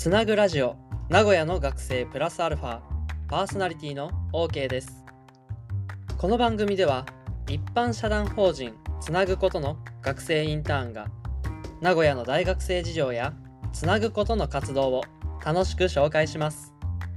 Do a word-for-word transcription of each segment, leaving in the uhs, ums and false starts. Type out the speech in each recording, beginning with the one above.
つなぐラジオ名古屋の学生プラスアルファパーソナリティの OK です。この番組では一般社団法人つなぐことの学生インターンが名古屋の大学生事情やつなぐことの活動を楽しく紹介します。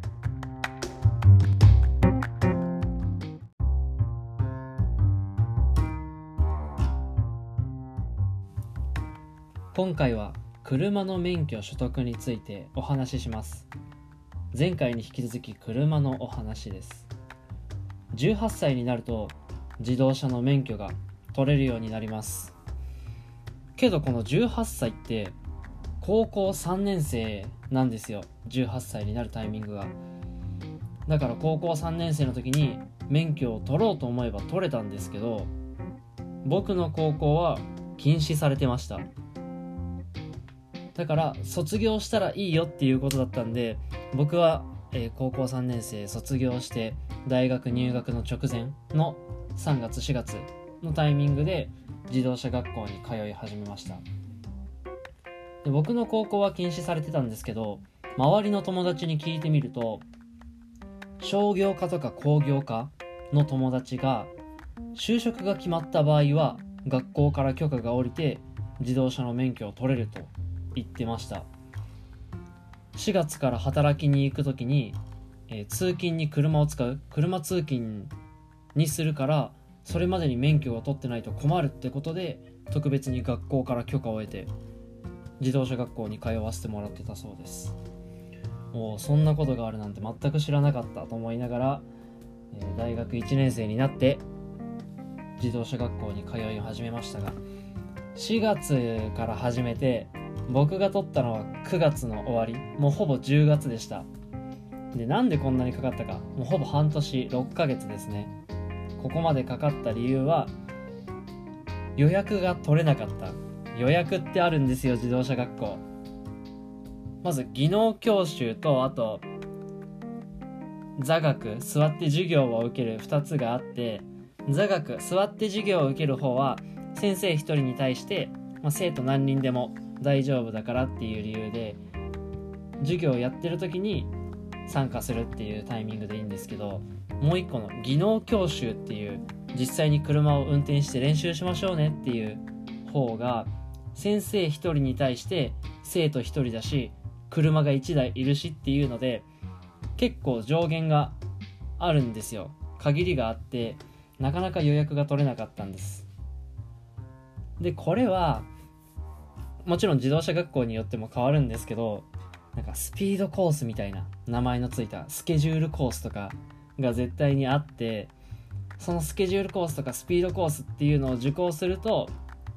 今回は車の免許取得についてお話しします。前回に引き続き車のお話です。じゅうはっさいになると自動車の免許が取れるようになります。けどこのじゅうはっさいって高校さんねん生なんですよ。じゅうはっさいになるタイミングが。だから高校さんねん生の時に免許を取ろうと思えば取れたんですけど、僕の高校は禁止されてました。だから卒業したらいいよっていうことだったんで、僕は、えー、高校さんねん生卒業して大学入学の直前のさんがつしがつのタイミングで自動車学校に通い始めました。で、僕の高校は禁止されてたんですけど、周りの友達に聞いてみると、商業科とか工業科の友達が就職が決まった場合は学校から許可が下りて自動車の免許を取れると言ってました。しがつから働きに行くときに、えー、通勤に車を使う車通勤にするから、それまでに免許を取ってないと困るってことで特別に学校から許可を得て自動車学校に通わせてもらってたそうです。もうそんなことがあるなんて全く知らなかったと思いながら、えー、大学いちねん生になって自動車学校に通い始めましたが、しがつから始めて僕が取ったのはくがつの終わり、もうほぼじゅうがつでした。で、なんでこんなにかかったか、もうほぼ半年、ろっかげつですね。ここまでかかった理由は予約が取れなかった。予約ってあるんですよ、自動車学校。まず技能教習と、あと座学、座って授業を受けるふたつがあって、座学、座って授業を受ける方は先生ひとりに対して、まあ、生徒何人でも大丈夫だからっていう理由で授業をやってる時に参加するっていうタイミングでいいんですけど、もう一個の技能教習っていう実際に車を運転して練習しましょうねっていう方が先生ひとりに対して生徒ひとりだし車がいちだいいるしっていうので結構上限があるんですよ。限りがあってなかなか予約が取れなかったんです。で、これはもちろん自動車学校によっても変わるんですけど、なんかスピードコースみたいな名前のついたスケジュールコースとかが絶対にあって、そのスケジュールコースとかスピードコースっていうのを受講すると、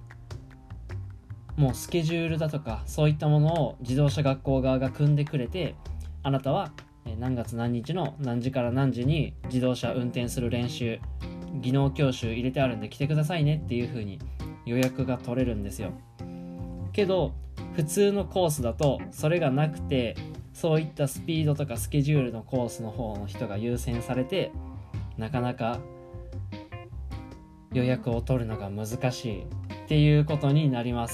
もうスケジュールだとかそういったものを自動車学校側が組んでくれて、あなたは何月何日の何時から何時に自動車運転する練習、技能教習入れてあるんで来てくださいねっていう風に予約が取れるんですよ。けど普通のコースだとそれがなくて、そういったスピードとかスケジュールのコースの方の人が優先されて、なかなか予約を取るのが難しいっていうことになります。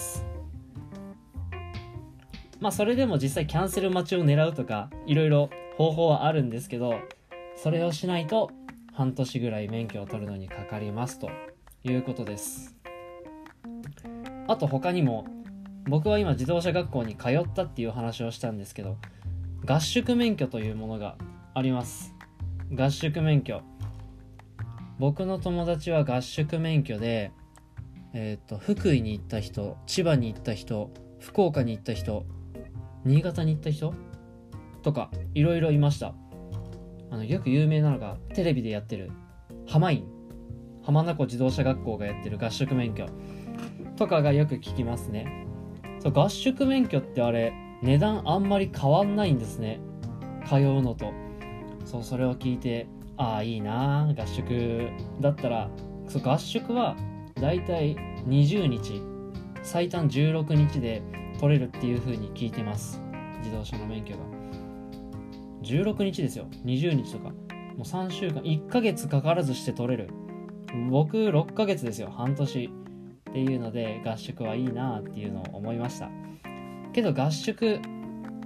まあそれでも実際キャンセル待ちを狙うとかいろいろ方法はあるんですけど、それをしないと半年ぐらい免許を取るのにかかりますということです。あと他にも、僕は今自動車学校に通ったっていう話をしたんですけど、合宿免許というものがあります。合宿免許、僕の友達は合宿免許でえっと福井に行った人、千葉に行った人、福岡に行った人、新潟に行った人とかいろいろいました。あのよく有名なのがテレビでやってる浜院浜名湖自動車学校がやってる合宿免許とかがよく聞きますね。そう、合宿免許ってあれ値段あんまり変わんないんですね、通うのと。そう、それを聞いて、ああいいな、合宿だったら。そう、合宿はだいたいにじゅうにち、最短じゅうろくにちで取れるっていう風に聞いてます。自動車の免許がじゅうろくにちですよ。にじゅうにちとかもうさんしゅうかん、いっかげつかからずして取れる。僕ろっかげつですよ、半年っていうので合宿はいいなっていうのを思いました。けど合宿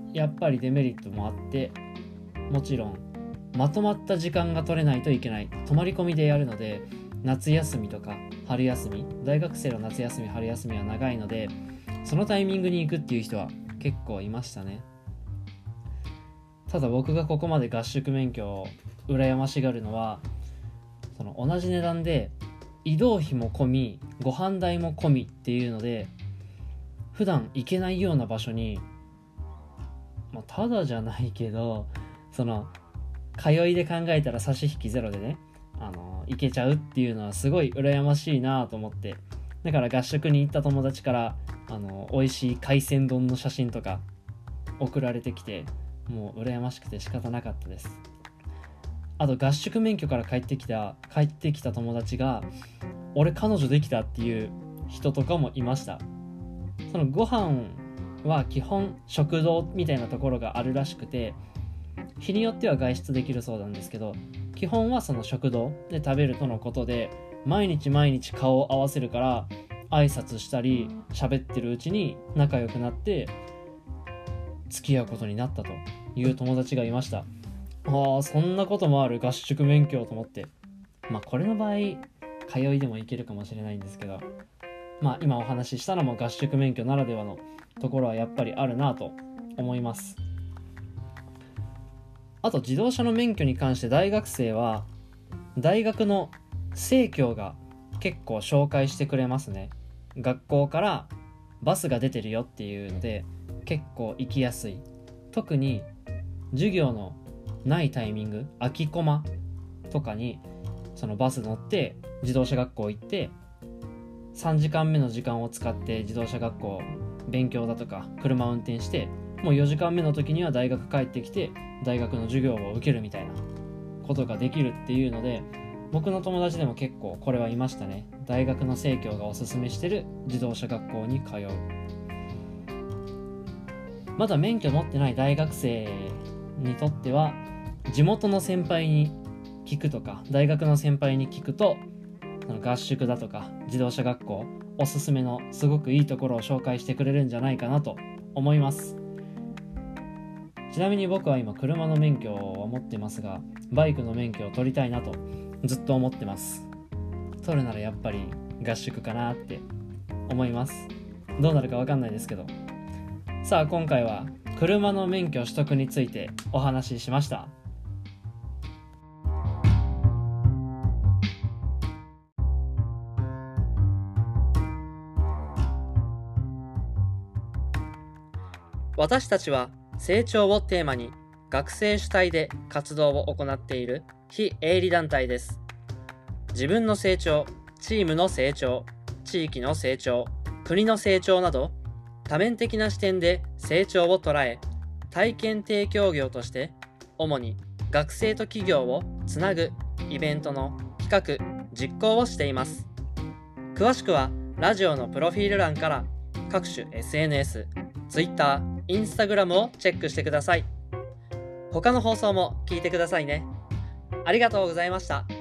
やっぱりデメリットもあって、もちろんまとまった時間が取れないといけない、泊まり込みでやるので、夏休みとか春休み、大学生の夏休み春休みは長いので、そのタイミングに行くっていう人は結構いましたね。ただ僕がここまで合宿免許を羨ましがるのは、その同じ値段で移動費も込みご飯代も込みっていうので、普段行けないような場所に、まあ、ただじゃないけど、その通いで考えたら差し引きゼロでね、あの行けちゃうっていうのはすごい羨ましいなと思って、だから合宿に行った友達からあの美味しい海鮮丼の写真とか送られてきて、もう羨ましくて仕方なかったです。あと合宿免許から帰ってきた帰ってきた友達が、俺彼女できたっていう人とかもいました。そのご飯は基本食堂みたいなところがあるらしくて、日によっては外出できるそうなんですけど、基本はその食堂で食べるとのことで、毎日毎日顔を合わせるから挨拶したり喋ってるうちに仲良くなって付き合うことになったという友達がいました。ああ、そんなこともある合宿免許と思って、まあこれの場合通いでもいけるかもしれないんですけど、まあ今お話ししたのも合宿免許ならではのところはやっぱりあるなと思います。あと自動車の免許に関して、大学生は大学の生協が結構紹介してくれますね。学校からバスが出てるよっていうので結構行きやすい。特に授業のないタイミング、空きコマとかにそのバス乗って自動車学校行って、さんじかんめの時間を使って自動車学校勉強だとか車を運転して、もうよじかんめの時には大学帰ってきて大学の授業を受けるみたいなことができるっていうので、僕の友達でも結構これはいましたね。大学の生協がおすすめしてる自動車学校に通う。まだ免許持ってない大学生にとっては、地元の先輩に聞くとか大学の先輩に聞くと、その合宿だとか自動車学校おすすめのすごくいいところを紹介してくれるんじゃないかなと思います。ちなみに僕は今車の免許を持ってますが、バイクの免許を取りたいなとずっと思ってます。取るならやっぱり合宿かなって思います。どうなるか分かんないですけど。さあ今回は車の免許取得についてお話ししました。私たちは成長をテーマに学生主体で活動を行っている非営利団体です。自分の成長、チームの成長、地域の成長、国の成長など多面的な視点で成長を捉え、体験提供業として主に学生と企業をつなぐイベントの企画・実行をしています。詳しくはラジオのプロフィール欄から各種 エスエヌエス、Twitter、Instagram をチェックしてください。他の放送も聞いてくださいね。ありがとうございました。